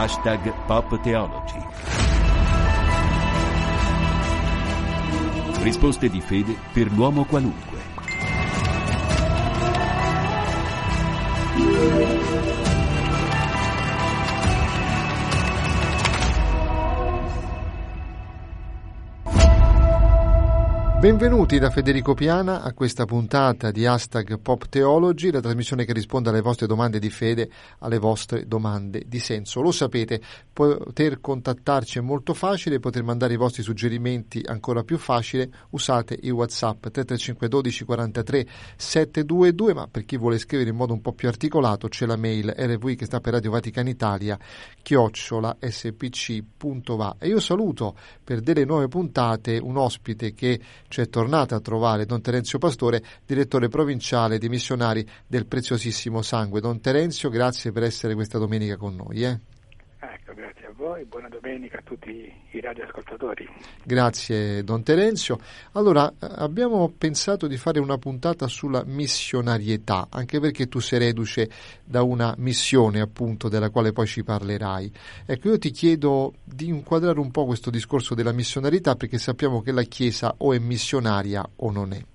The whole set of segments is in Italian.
#PopTheology. Risposte di fede per l'uomo qualunque. Benvenuti da Federico Piana a questa puntata di #PopTheology, la trasmissione che risponde alle vostre domande di fede, alle vostre domande di senso. Lo sapete, poter contattarci è molto facile, poter mandare i vostri suggerimenti ancora più facile, usate il WhatsApp 335 12 43 722, ma per chi vuole scrivere in modo un po' più articolato c'è la mail RVI che sta per Radio Vaticana Italia @spc.va. E io saluto per delle nuove puntate un ospite che ci è tornato a trovare, Don Terenzio Pastore, direttore provinciale di missionari del Preziosissimo Sangue. Don Terenzio, grazie per essere questa domenica con noi. Ecco, grazie a voi, buona domenica a tutti i radioascoltatori. Grazie Don Terenzio. Allora, abbiamo pensato di fare una puntata sulla missionarietà, anche perché tu sei reduce da una missione, appunto, della quale poi ci parlerai. Ecco, io ti chiedo di inquadrare un po' questo discorso della missionarietà, perché sappiamo che la Chiesa o è missionaria o non è.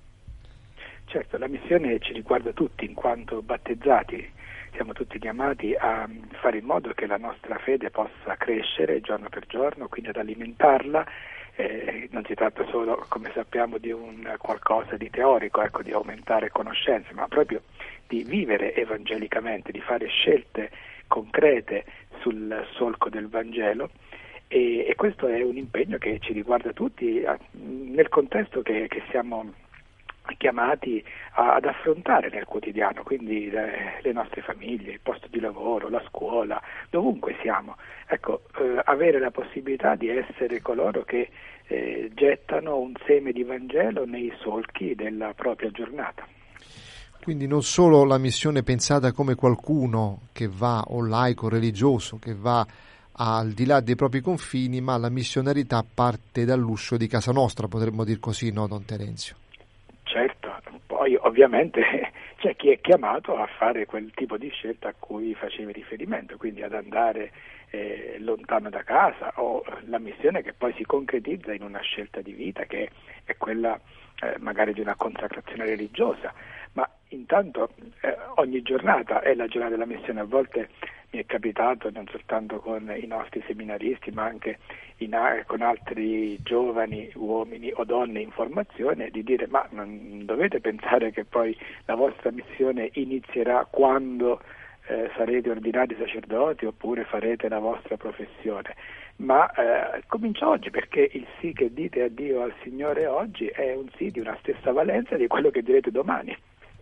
Certo, la missione ci riguarda tutti, in quanto battezzati. Siamo tutti chiamati a fare in modo che la nostra fede possa crescere giorno per giorno, quindi ad alimentarla. Non si tratta solo, come sappiamo, di un qualcosa di teorico, ecco, di aumentare conoscenze, ma proprio di vivere evangelicamente, di fare scelte concrete sul solco del Vangelo. E questo è un impegno che ci riguarda tutti nel contesto che siamo chiamati ad affrontare nel quotidiano, quindi le nostre famiglie, il posto di lavoro, la scuola, dovunque siamo. Ecco, avere la possibilità di essere coloro che gettano un seme di Vangelo nei solchi della propria giornata. Quindi non solo la missione pensata come qualcuno che va, o laico, religioso, che va al di là dei propri confini, ma la missionarità parte dall'uscio di casa nostra, potremmo dir così, no, Don Terenzio? Certo, poi ovviamente c'è chi è chiamato a fare quel tipo di scelta a cui facevi riferimento, quindi ad andare lontano da casa, o la missione che poi si concretizza in una scelta di vita che è quella magari di una consacrazione religiosa, ma intanto ogni giornata è la giornata della missione. A volte mi è capitato, non soltanto con i nostri seminaristi, ma anche con altri giovani uomini o donne in formazione, di dire: ma non dovete pensare che poi la vostra missione inizierà quando sarete ordinati sacerdoti oppure farete la vostra professione, ma comincia oggi, perché il sì che dite a Dio, al Signore oggi, è un sì di una stessa valenza di quello che direte domani.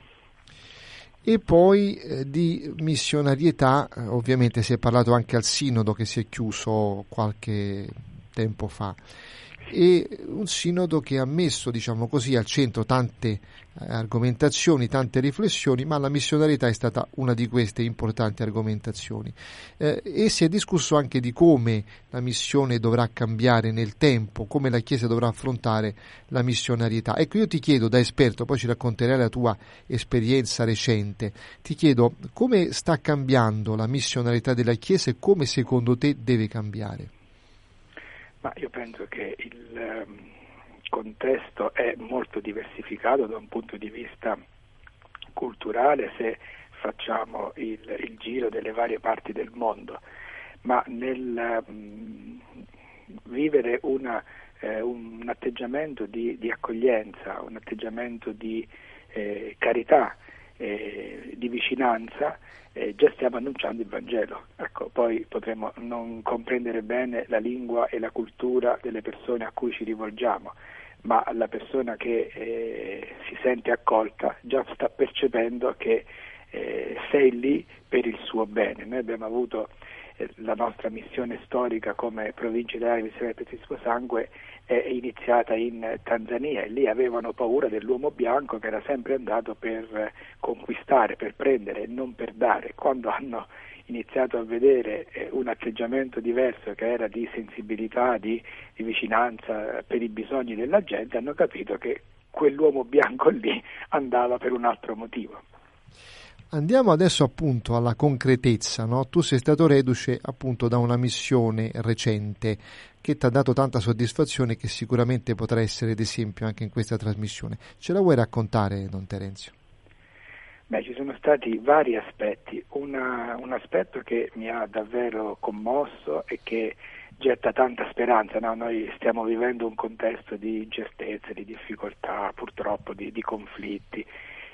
E poi di missionarietà, ovviamente si è parlato anche al sinodo che si è chiuso qualche tempo fa, e un sinodo che ha messo, diciamo così, al centro tante argomentazioni, tante riflessioni, ma la missionarietà è stata una di queste importanti argomentazioni, e si è discusso anche di come la missione dovrà cambiare nel tempo, come la Chiesa dovrà affrontare la missionarietà. Ecco, io ti chiedo, da esperto, poi ci racconterai la tua esperienza recente, ti chiedo come sta cambiando la missionarietà della Chiesa e come secondo te deve cambiare. Ma io penso che il contesto è molto diversificato da un punto di vista culturale, se facciamo il giro delle varie parti del mondo, ma nel vivere un atteggiamento di accoglienza, un atteggiamento di carità, di vicinanza, già stiamo annunciando il Vangelo. Ecco, poi potremo non comprendere bene la lingua e la cultura delle persone a cui ci rivolgiamo, ma la persona che si sente accolta già sta percependo che sei lì per il suo bene. Noi abbiamo avuto la nostra missione storica come provincia italiana di Missionaria del Preziosissimo Sangue è iniziata in Tanzania, e lì avevano paura dell'uomo bianco che era sempre andato per conquistare, per prendere e non per dare. Quando hanno iniziato a vedere un atteggiamento diverso, che era di sensibilità, di vicinanza per i bisogni della gente, hanno capito che quell'uomo bianco lì andava per un altro motivo. Andiamo adesso appunto alla concretezza, no? Tu sei stato reduce appunto da una missione recente che ti ha dato tanta soddisfazione, che sicuramente potrà essere d'esempio anche in questa trasmissione. Ce la vuoi raccontare, Don Terenzio? Beh, ci sono stati vari aspetti. Un aspetto che mi ha davvero commosso e che getta tanta speranza, no? Noi stiamo vivendo un contesto di incertezze, di difficoltà, purtroppo di conflitti.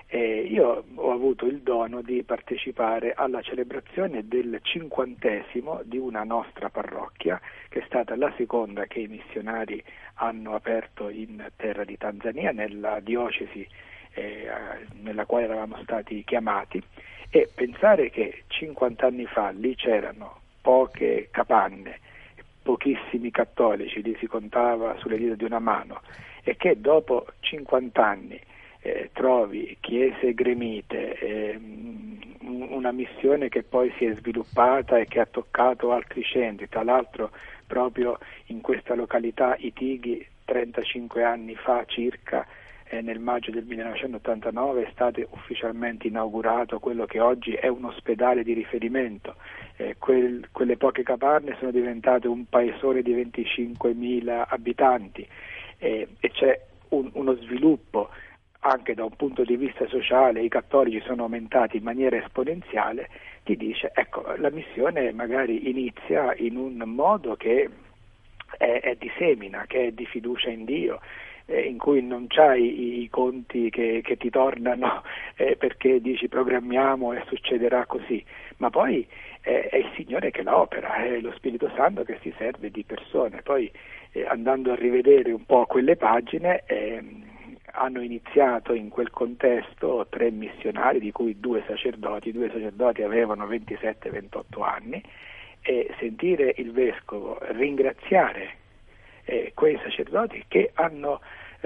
Io ho avuto il dono di partecipare alla celebrazione del 50° di una nostra parrocchia, che è stata la seconda che i missionari hanno aperto in terra di Tanzania, nella diocesi nella quale eravamo stati chiamati, e pensare che 50 anni fa lì c'erano poche capanne, pochissimi cattolici, li si contava sulle dita di una mano, e che dopo 50 anni trovi chiese gremite, una missione che poi si è sviluppata e che ha toccato altri centri. Tra l'altro proprio in questa località Itighi 35 anni fa circa, nel maggio del 1989, è stato ufficialmente inaugurato quello che oggi è un ospedale di riferimento. Quelle poche capanne sono diventate un paesone di 25.000 abitanti, e c'è uno sviluppo anche da un punto di vista sociale. I cattolici sono aumentati in maniera esponenziale. Ti dice, ecco, la missione magari inizia in un modo che è di semina, che è di fiducia in Dio, in cui non c'hai i conti che ti tornano perché dici programmiamo e succederà così, ma poi è il Signore che la opera, è lo Spirito Santo che si serve di persone. Poi andando a rivedere un po' quelle pagine, hanno iniziato in quel contesto 3 missionari, di cui 2 sacerdoti avevano 27-28 anni, e sentire il vescovo ringraziare quei sacerdoti che hanno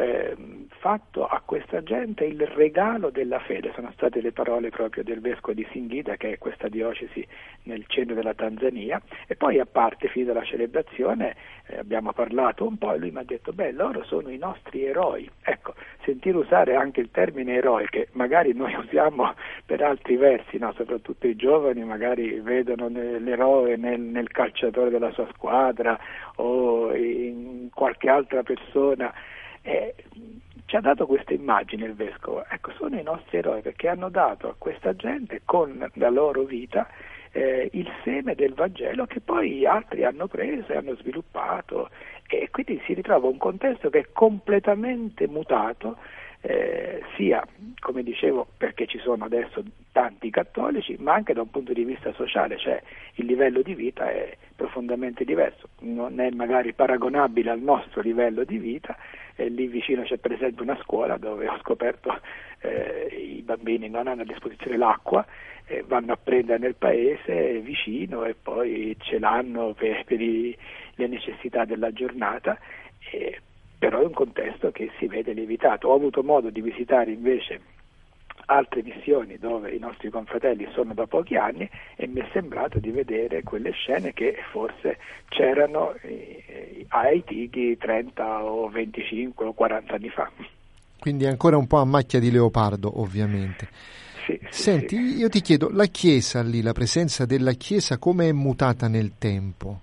fatto a questa gente il regalo della fede. Sono state le parole proprio del vescovo di Singida, che è questa diocesi nel centro della Tanzania. E poi, a parte, finita la celebrazione, abbiamo parlato un po' e lui mi ha detto, loro sono i nostri eroi. Ecco, sentire usare anche il termine eroi, che magari noi usiamo per altri versi, no? Soprattutto i giovani magari vedono l'eroe nel calciatore della sua squadra o in qualche altra persona. Ci ha dato questa immagine il vescovo. Ecco, sono i nostri eroi, perché hanno dato a questa gente con la loro vita il seme del Vangelo, che poi altri hanno preso e hanno sviluppato, e quindi si ritrova un contesto che è completamente mutato, sia, come dicevo, perché ci sono adesso tanti cattolici, ma anche da un punto di vista sociale, cioè il livello di vita è profondamente diverso, non è magari paragonabile al nostro livello di vita. Lì vicino c'è per esempio una scuola dove ho scoperto i bambini non hanno a disposizione l'acqua, vanno a prendere nel paese vicino e poi ce l'hanno per le necessità della giornata, però è un contesto che si vede lievitato. Ho avuto modo di visitare invece altre missioni dove i nostri confratelli sono da pochi anni, e mi è sembrato di vedere quelle scene che forse c'erano a Itighi 30 o 25 o 40 anni fa. Quindi ancora un po' a macchia di leopardo, ovviamente. Sì, Senti, sì. Io ti chiedo, la Chiesa lì, la presenza della Chiesa, come è mutata nel tempo?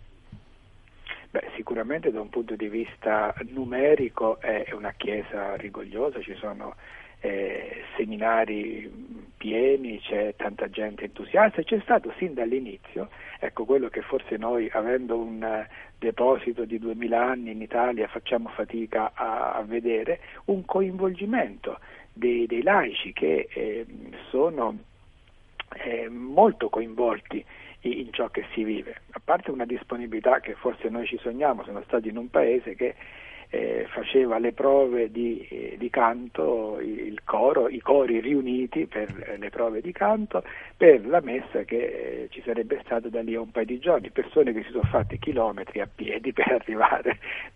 Sicuramente da un punto di vista numerico è una Chiesa rigogliosa, ci sono seminari pieni, c'è tanta gente entusiasta, e c'è stato sin dall'inizio, ecco, quello che forse noi, avendo un deposito di 2000 anni in Italia, facciamo fatica a vedere, un coinvolgimento dei laici che sono molto coinvolti in ciò che si vive, a parte una disponibilità che forse noi ci sogniamo. Sono stati in un paese che faceva le prove di canto, i cori riuniti per le prove di canto, per la messa che ci sarebbe stata da lì a un paio di giorni, persone che si sono fatte chilometri a piedi per arrivare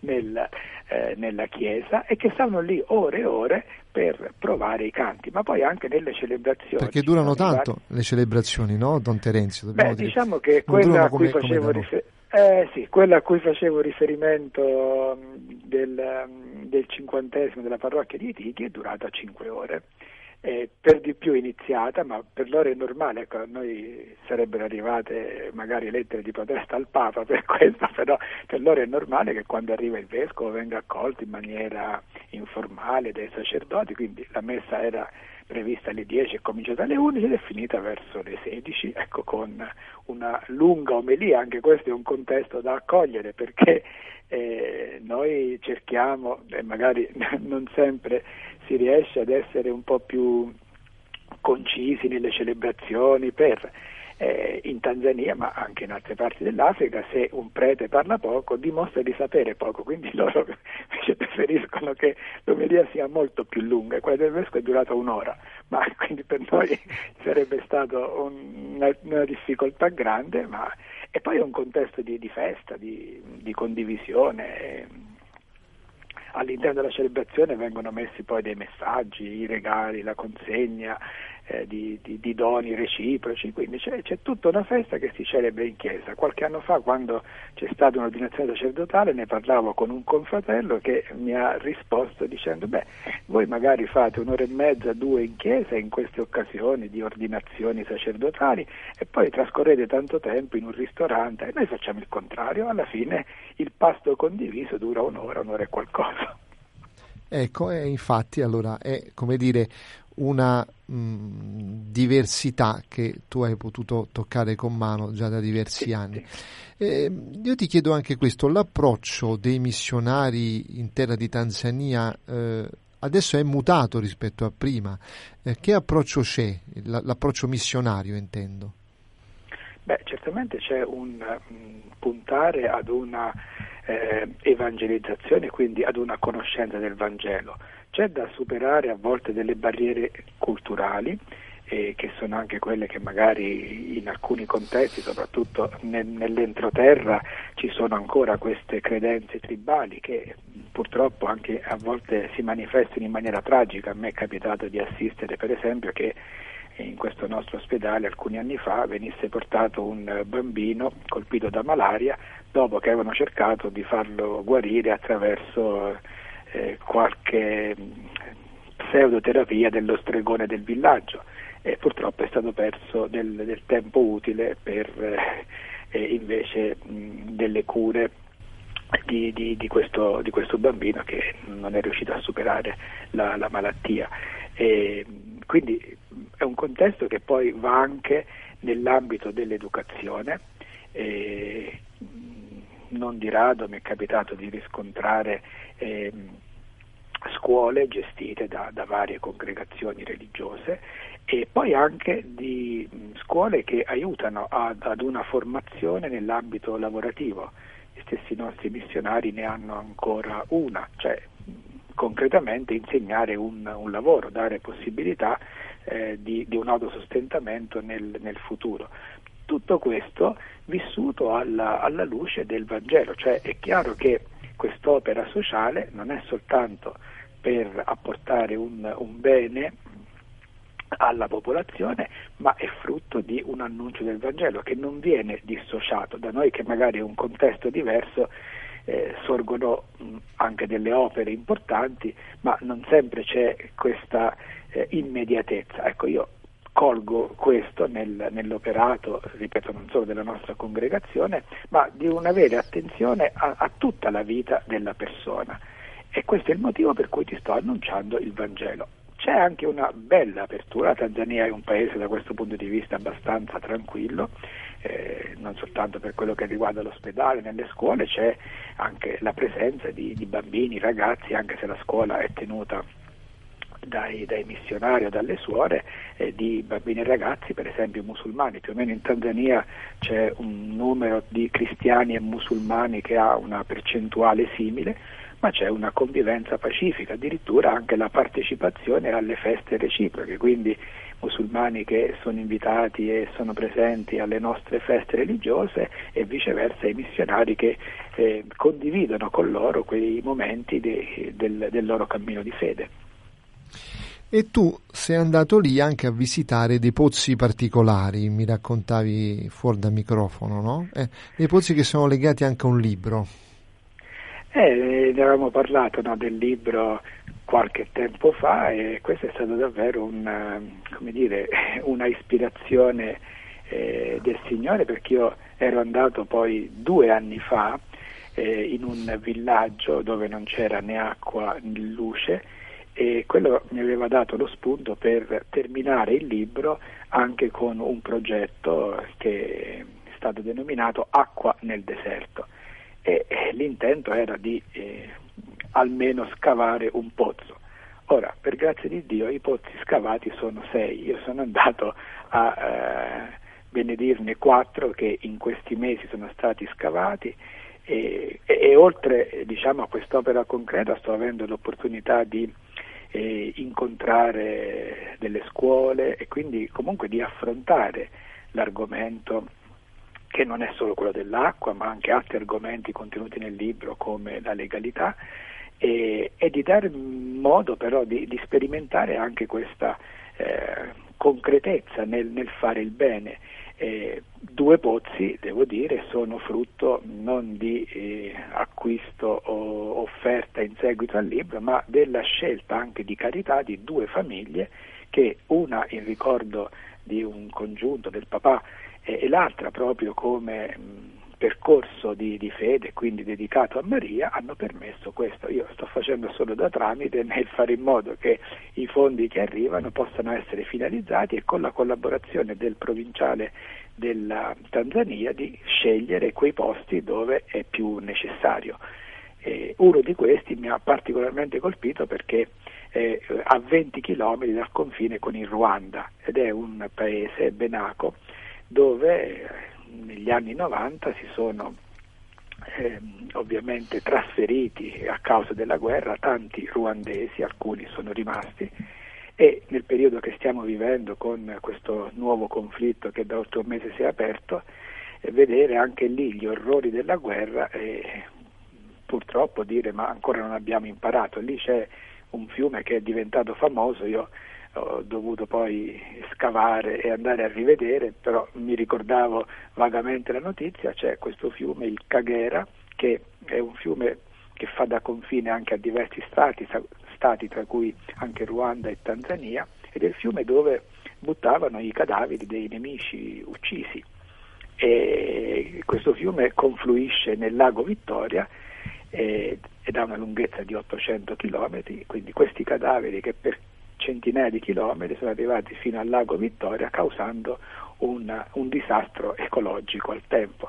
nella chiesa, e che stavano lì ore e ore per provare i canti, ma poi anche nelle celebrazioni. Perché durano tanto le celebrazioni, no, Don Terenzio? Diciamo che quella a cui facevo quella a cui facevo riferimento del 50° della parrocchia di Itighi è durata 5 ore. per di più iniziata, ma per loro è normale. Ecco, a noi sarebbero arrivate magari lettere di protesta al Papa per questo, però per loro è normale che quando arriva il vescovo venga accolto in maniera informale dai sacerdoti, quindi la messa era prevista alle 10, è cominciata alle 11 ed è finita verso le 16, ecco, con una lunga omelia. Anche questo è un contesto da accogliere, perché noi cerchiamo, e magari non sempre si riesce ad essere un po' più concisi nelle celebrazioni in Tanzania, ma anche in altre parti dell'Africa, se un prete parla poco dimostra di sapere poco, quindi loro invece preferiscono che l'omelia sia molto più lunga. Quella del vescovo è durata un'ora, ma quindi per noi sarebbe stato una difficoltà grande, e poi è un contesto di festa, di condivisione. All'interno della celebrazione vengono messi poi dei messaggi, i regali, la consegna di doni reciproci, quindi c'è tutta una festa che si celebra in chiesa. Qualche anno fa, quando c'è stata un'ordinazione sacerdotale, ne parlavo con un confratello che mi ha risposto dicendo: voi magari fate un'ora e mezza, 2 in chiesa in queste occasioni di ordinazioni sacerdotali e poi trascorrete tanto tempo in un ristorante, e noi facciamo il contrario. Alla fine il pasto condiviso dura un'ora e qualcosa. Ecco, infatti allora è, come dire, una diversità che tu hai potuto toccare con mano già da diversi anni. Io ti chiedo anche questo: l'approccio dei missionari in terra di Tanzania adesso è mutato rispetto a prima. Che approccio c'è? L'approccio missionario, intendo. Certamente c'è un puntare ad una evangelizzazione, quindi ad una conoscenza del Vangelo. C'è da superare a volte delle barriere culturali, che sono anche quelle che magari in alcuni contesti, soprattutto nell'entroterra, ci sono ancora queste credenze tribali che purtroppo anche a volte si manifestano in maniera tragica. A me è capitato di assistere, per esempio, che in questo nostro ospedale alcuni anni fa venisse portato un bambino colpito da malaria dopo che avevano cercato di farlo guarire attraverso qualche pseudoterapia dello stregone del villaggio, e purtroppo è stato perso del tempo utile per invece delle cure di questo bambino che non è riuscito a superare la malattia. Quindi è un contesto che poi va anche nell'ambito dell'educazione. Non di rado mi è capitato di riscontrare scuole gestite da varie congregazioni religiose, e poi anche di scuole che aiutano ad una formazione nell'ambito lavorativo. Gli stessi nostri missionari ne hanno ancora una, cioè concretamente insegnare un lavoro, dare possibilità di un autosostentamento nel futuro. Tutto questo vissuto alla luce del Vangelo, cioè è chiaro che quest'opera sociale non è soltanto per apportare un bene alla popolazione, ma è frutto di un annuncio del Vangelo che non viene dissociato. Da noi, che magari è un contesto diverso, sorgono anche delle opere importanti, ma non sempre c'è questa immediatezza. Ecco, io colgo questo nell'operato, ripeto, non solo della nostra congregazione, ma di una vera attenzione a tutta la vita della persona, e questo è il motivo per cui ti sto annunciando il Vangelo. C'è anche una bella apertura. La Tanzania è un paese da questo punto di vista abbastanza tranquillo, non soltanto per quello che riguarda l'ospedale. Nelle scuole c'è anche la presenza di bambini, ragazzi, anche se la scuola è tenuta dai missionari o dalle suore, di bambini e ragazzi, per esempio musulmani. Più o meno in Tanzania c'è un numero di cristiani e musulmani che ha una percentuale simile, ma c'è una convivenza pacifica, addirittura anche la partecipazione alle feste reciproche, quindi musulmani che sono invitati e sono presenti alle nostre feste religiose, e viceversa i missionari che condividono con loro quei momenti del loro cammino di fede. E tu sei andato lì anche a visitare dei pozzi particolari, mi raccontavi fuori dal microfono, no? Dei pozzi che sono legati anche a un libro. Ne avevamo parlato, no, del libro qualche tempo fa, e questo è stato davvero una ispirazione del Signore, perché io ero andato poi 2 anni fa in un villaggio dove non c'era né acqua né luce, e quello mi aveva dato lo spunto per terminare il libro anche con un progetto che è stato denominato Acqua nel deserto, e l'intento era di almeno scavare un pozzo. Ora, per grazia di Dio, i pozzi scavati sono 6, io sono andato a benedirne 4 che in questi mesi sono stati scavati, e oltre, diciamo, a quest'opera concreta sto avendo l'opportunità di incontrare delle scuole, e quindi comunque di affrontare l'argomento, che non è solo quello dell'acqua, ma anche altri argomenti contenuti nel libro come la legalità, e di dare modo però di sperimentare anche questa concretezza nel fare il bene. 2 pozzi, devo dire, sono frutto non di acquisto o offerta in seguito al libro, ma della scelta anche di carità di 2 famiglie, che una in ricordo di un congiunto del papà e l'altra proprio come percorso di fede, quindi dedicato a Maria, hanno permesso questo. Io sto facendo solo da tramite nel fare in modo che i fondi che arrivano possano essere finalizzati, e con la collaborazione del provinciale della Tanzania di scegliere quei posti dove è più necessario. Uno di questi mi ha particolarmente colpito perché è a 20 km dal confine con il Ruanda, ed è un paese, Benako, dove negli anni 90 si sono ovviamente trasferiti a causa della guerra tanti ruandesi, alcuni sono rimasti, e nel periodo che stiamo vivendo con questo nuovo conflitto che da oltre un mese si è aperto, vedere anche lì gli orrori della guerra e purtroppo dire ma ancora non abbiamo imparato. Lì c'è un fiume che è diventato famoso, io ho dovuto poi scavare e andare a rivedere, però mi ricordavo vagamente la notizia. C'è questo fiume, il Kagera, che è un fiume che fa da confine anche a diversi stati tra cui anche Ruanda e Tanzania, ed è il fiume dove buttavano i cadaveri dei nemici uccisi, e questo fiume confluisce nel lago Vittoria ed ha una lunghezza di 800 km, quindi questi cadaveri che per centinaia di chilometri sono arrivati fino al lago Vittoria, causando un disastro ecologico al tempo.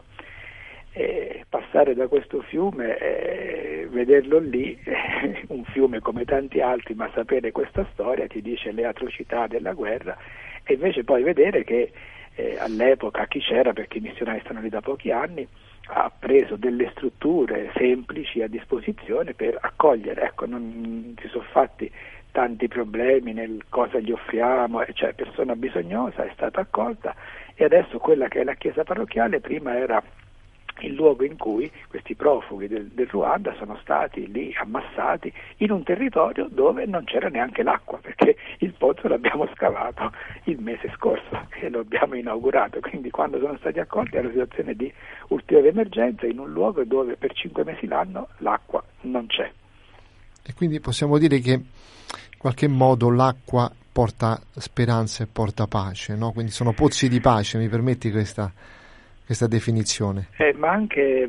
Passare da questo fiume, vederlo lì, un fiume come tanti altri, ma sapere questa storia ti dice le atrocità della guerra, e invece poi vedere che all'epoca chi c'era, perché i missionari stanno lì da pochi anni, ha preso delle strutture semplici a disposizione per accogliere. Ecco, non si sono fatti tanti problemi nel cosa gli offriamo, cioè persona bisognosa è stata accolta, e adesso quella che è la chiesa parrocchiale prima era il luogo in cui questi profughi del Ruanda sono stati lì ammassati in un territorio dove non c'era neanche l'acqua, perché il pozzo l'abbiamo scavato il mese scorso e lo abbiamo inaugurato, quindi quando sono stati accolti è una situazione di ulteriore emergenza in un luogo dove per 5 mesi l'anno l'acqua non c'è. E quindi possiamo dire che in qualche modo l'acqua porta speranza e porta pace, no? Quindi sono pozzi di pace, mi permetti questa definizione? Ma anche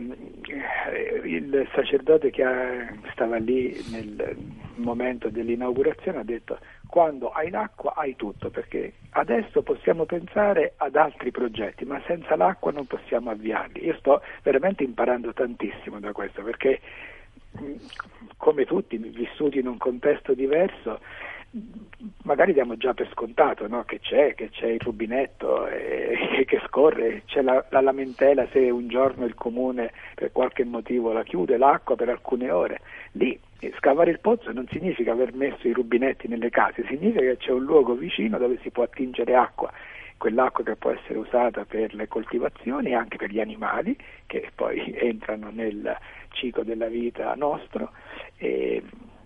il sacerdote che stava lì nel momento dell'inaugurazione ha detto: quando hai l'acqua hai tutto, perché adesso possiamo pensare ad altri progetti, ma senza l'acqua non possiamo avviarli. Io sto veramente imparando tantissimo da questo, perché come tutti vissuti in un contesto diverso, magari diamo già per scontato, no? che c'è il rubinetto che scorre, c'è la lamentela se un giorno il comune per qualche motivo la chiude l'acqua per alcune ore. Lì scavare il pozzo non significa aver messo i rubinetti nelle case, significa che c'è un luogo vicino dove si può attingere acqua, quell'acqua che può essere usata per le coltivazioni e anche per gli animali che poi entrano nel ciclo della vita nostro, ed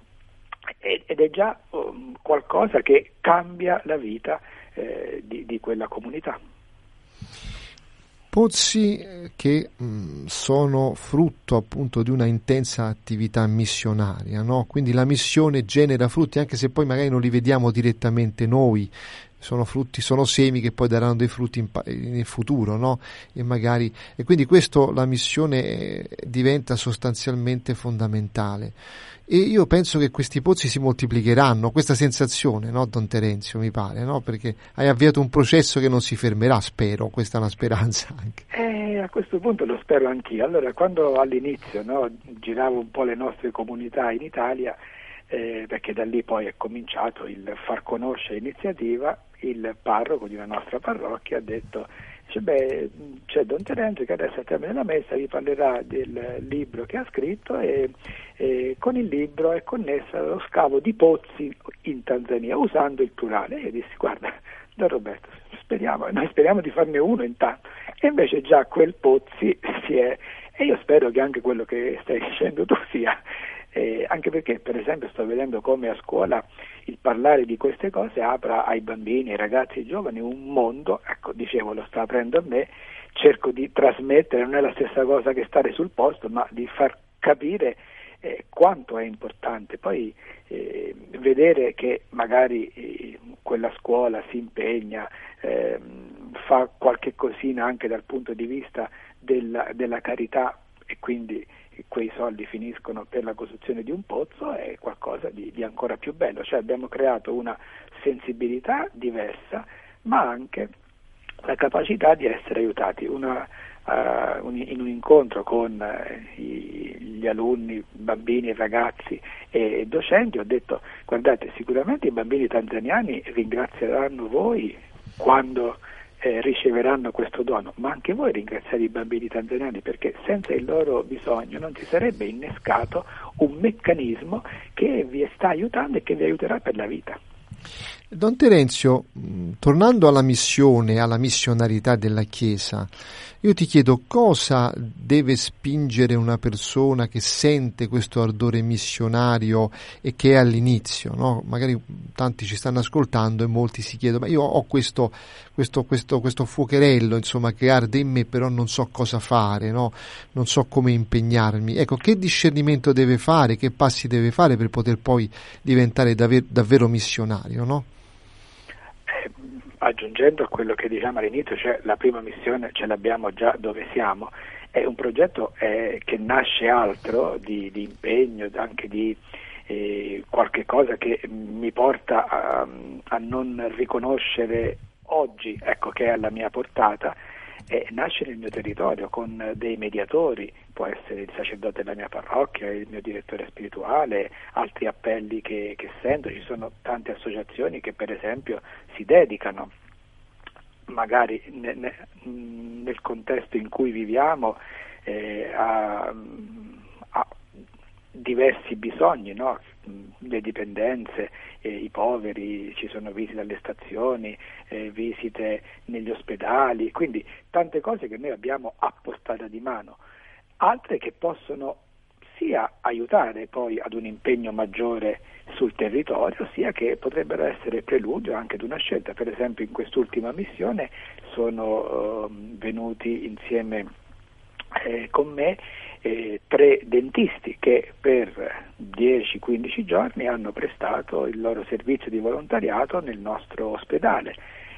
è già qualcosa che cambia la vita di quella comunità. Pozzi che sono frutto appunto di una intensa attività missionaria, no? Quindi la missione genera frutti, anche se poi magari non li vediamo direttamente noi, sono frutti, sono semi che poi daranno dei frutti nel futuro, no? E quindi questo, la missione diventa sostanzialmente fondamentale. E io penso che questi pozzi si moltiplicheranno, questa sensazione, no, Don Terenzio, mi pare, no? Perché hai avviato un processo che non si fermerà, spero, questa è una speranza anche. A questo punto lo spero anch'io. Allora, quando all'inizio, no, giravo un po' le nostre comunità in Italia, perché da lì poi è cominciato il far conoscere l'iniziativa, il parroco di una nostra parrocchia ha detto: c'è Don Terenzio che adesso al termine della messa vi parlerà del libro che ha scritto e con il libro è connessa lo scavo di pozzi in Tanzania, usando il plurale. E io dissi: guarda, Don Roberto, noi speriamo di farne uno intanto. E invece già quel pozzi si è, e io spero che anche quello che stai dicendo tu sia. Anche perché, per esempio, sto vedendo come a scuola il parlare di queste cose apra ai bambini, ai ragazzi, ai giovani un mondo. Ecco, dicevo, lo sta aprendo a me, cerco di trasmettere, non è la stessa cosa che stare sul posto, ma di far capire quanto è importante poi vedere che magari quella scuola si impegna, fa qualche cosina anche dal punto di vista della carità, e quindi quei soldi finiscono per la costruzione di un pozzo, è qualcosa di ancora più bello. Cioè abbiamo creato una sensibilità diversa, ma anche la capacità di essere aiutati. In un incontro con gli alunni, bambini, ragazzi e docenti, ho detto: guardate, sicuramente i bambini tanzaniani ringrazieranno voi quando riceveranno questo dono, ma anche voi ringraziate i bambini tanzaniani, perché senza il loro bisogno non si sarebbe innescato un meccanismo che vi sta aiutando e che vi aiuterà per la vita. Don Terenzio, tornando alla missione, alla missionarietà della Chiesa, io ti chiedo cosa deve spingere una persona che sente questo ardore missionario e che è all'inizio, no? Magari tanti ci stanno ascoltando e molti si chiedono: ma io ho questo fuocherello, insomma, che arde in me, però non so cosa fare, no? Non so come impegnarmi. Ecco, che discernimento deve fare, che passi deve fare per poter poi diventare davvero missionario, no? Aggiungendo a quello che diciamo all'inizio, cioè la prima missione ce l'abbiamo già dove siamo, è un progetto che nasce altro di impegno, anche di qualche cosa che mi porta a non riconoscere oggi, ecco, che è alla mia portata. Nasce nel mio territorio con dei mediatori, può essere il sacerdote della mia parrocchia, il mio direttore spirituale, altri appelli che sento. Ci sono tante associazioni che per esempio si dedicano, magari nel contesto in cui viviamo, a diversi bisogni, no? Le dipendenze, i poveri, ci sono visite alle stazioni, visite negli ospedali, quindi tante cose che noi abbiamo a portata di mano, altre che possono sia aiutare poi ad un impegno maggiore sul territorio, sia che potrebbero essere preludio anche ad una scelta. Per esempio in quest'ultima missione sono venuti insieme con me 3 dentisti che per 10-15 giorni hanno prestato il loro servizio di volontariato nel nostro ospedale.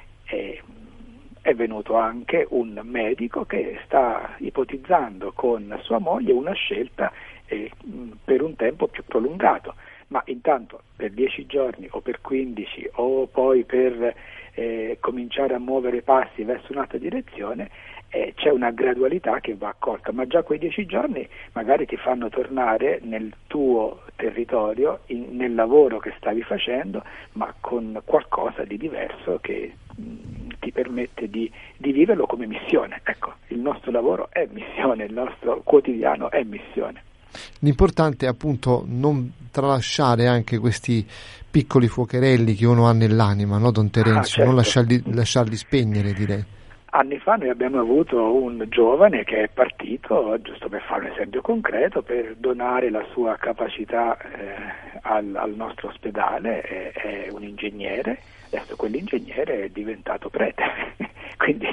È venuto anche un medico che sta ipotizzando con sua moglie una scelta per un tempo più prolungato, ma intanto per 10 giorni o per 15 o poi per cominciare a muovere passi verso un'altra direzione, c'è una gradualità che va accolta, ma già quei 10 giorni magari ti fanno tornare nel tuo territorio, nel lavoro che stavi facendo, ma con qualcosa di diverso che ti permette di viverlo come missione. Ecco, il nostro lavoro è missione, il nostro quotidiano è missione. L'importante è appunto non tralasciare anche questi piccoli fuocherelli che uno ha nell'anima, no, Don Terenzio? Certo. Non lasciarli spegnere, direi. Anni fa noi abbiamo avuto un giovane che è partito, giusto per fare un esempio concreto, per donare la sua capacità al nostro ospedale. È un ingegnere, adesso quell'ingegnere è diventato prete, quindi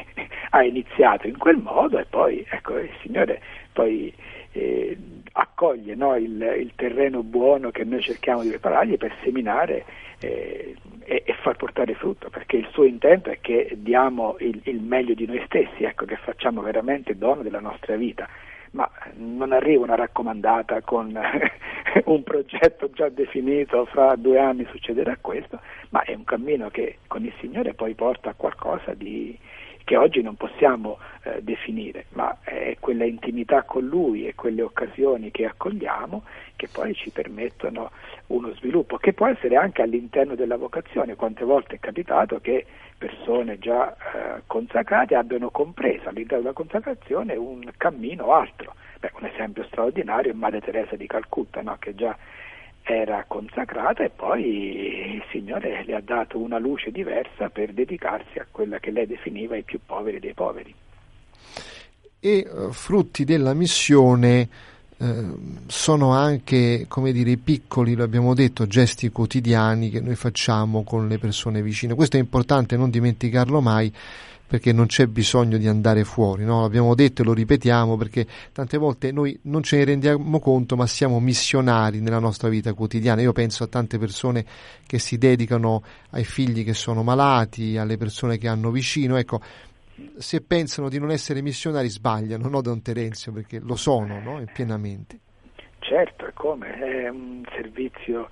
ha iniziato in quel modo e poi ecco, il Signore poi accoglie, no, il terreno buono che noi cerchiamo di preparargli per seminare e far portare frutto, perché il suo intento è che diamo il meglio di noi stessi, ecco, che facciamo veramente dono della nostra vita. Ma non arriva una raccomandata con un progetto già definito, fra 2 anni succederà questo, ma è un cammino che con il Signore poi porta a qualcosa che oggi non possiamo definire, ma è quella intimità con Lui e quelle occasioni che accogliamo che poi ci permettono uno sviluppo, che può essere anche all'interno della vocazione. Quante volte è capitato che persone già consacrate abbiano compreso all'interno della consacrazione un cammino altro. Un esempio straordinario è Madre Teresa di Calcutta, no? Che già era consacrata e poi il Signore le ha dato una luce diversa per dedicarsi a quella che lei definiva i più poveri dei poveri. E frutti della missione sono anche, come dire, i piccoli, lo abbiamo detto, gesti quotidiani che noi facciamo con le persone vicine. Questo è importante non dimenticarlo mai, perché non c'è bisogno di andare fuori, no? L'abbiamo detto e lo ripetiamo, perché tante volte noi non ce ne rendiamo conto, ma siamo missionari nella nostra vita quotidiana. Io penso a tante persone che si dedicano ai figli che sono malati, alle persone che hanno vicino. Ecco, se pensano di non essere missionari sbagliano, no, Don Terenzio, perché lo sono, no? E pienamente. Certo, è come, è un servizio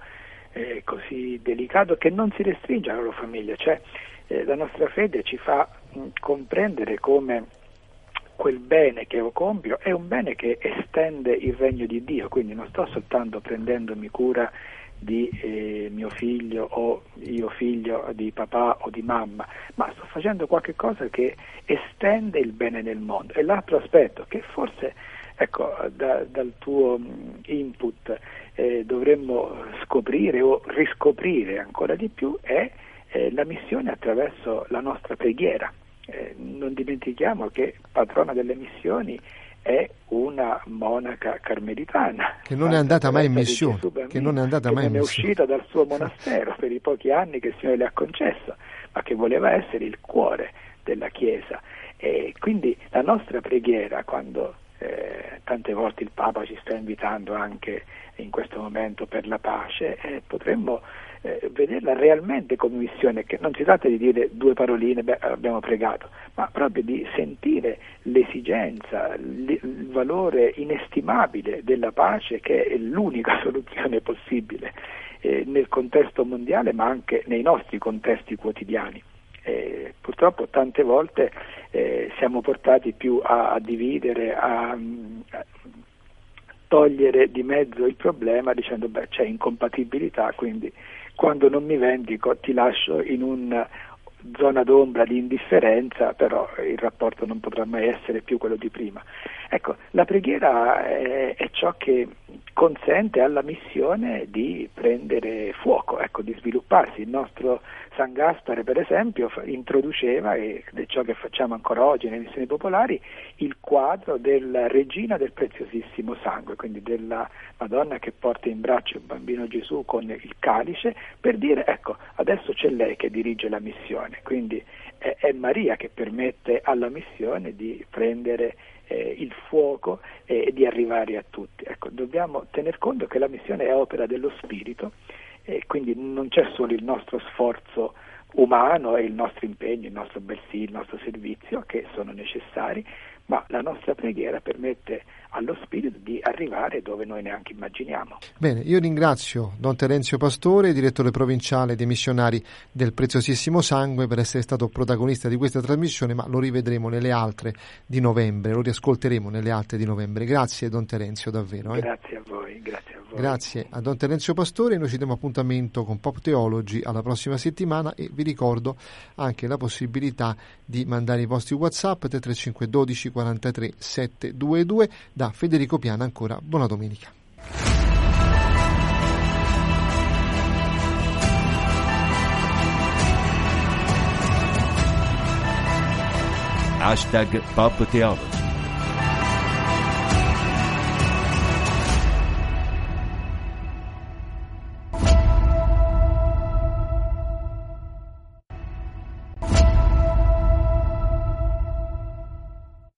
così delicato che non si restringe alla loro famiglia, cioè la nostra fede ci fa comprendere come quel bene che io compio è un bene che estende il regno di Dio, quindi non sto soltanto prendendomi cura di mio figlio o io figlio di papà o di mamma, ma sto facendo qualche cosa che estende il bene nel mondo. E l'altro aspetto che forse, ecco, dal tuo input dovremmo scoprire o riscoprire ancora di più è la missione attraverso la nostra preghiera. Non dimentichiamo che patrona delle missioni è una monaca carmelitana che non è andata mai in missione, che non è uscita dal suo monastero per i pochi anni che il Signore le ha concesso, ma che voleva essere il cuore della Chiesa. E quindi la nostra preghiera, quando tante volte il Papa ci sta invitando anche in questo momento per la pace, potremmo vederla realmente come missione, che non si tratta di dire 2 paroline, abbiamo pregato, ma proprio di sentire l'esigenza, il valore inestimabile della pace, che è l'unica soluzione possibile nel contesto mondiale, ma anche nei nostri contesti quotidiani. Purtroppo tante volte siamo portati più a dividere, a togliere di mezzo il problema dicendo c'è incompatibilità, quindi quando non mi vendico ti lascio in una zona d'ombra di indifferenza, però il rapporto non potrà mai essere più quello di prima. Ecco, la preghiera è ciò che consente alla missione di prendere fuoco, ecco, di svilupparsi. Il nostro San Gaspare, per esempio, introduceva, ed è ciò che facciamo ancora oggi nelle missioni popolari, il quadro della Regina del Preziosissimo Sangue, quindi della Madonna che porta in braccio il bambino Gesù con il calice, per dire, ecco, adesso c'è lei che dirige la missione, quindi è Maria che permette alla missione di prendere il fuoco e di arrivare a tutti. Ecco, dobbiamo tener conto che la missione è opera dello Spirito, e quindi non c'è solo il nostro sforzo umano e il nostro impegno, il nostro bel sì, il nostro servizio, che sono necessari, ma la nostra preghiera permette allo Spirito di arrivare dove noi neanche immaginiamo. Bene, io ringrazio Don Terenzio Pastore, direttore provinciale dei missionari del Preziosissimo Sangue, per essere stato protagonista di questa trasmissione, ma lo rivedremo nelle altre di novembre, lo riascolteremo nelle altre di novembre. Grazie Don Terenzio, davvero. Grazie a voi, grazie a voi. Grazie a Don Terenzio Pastore. Noi ci diamo appuntamento con Pop Theology alla prossima settimana e vi ricordo anche la possibilità di mandare i vostri WhatsApp 335 12 43 722. Da Federico Piana ancora buona domenica. #Pop Theology.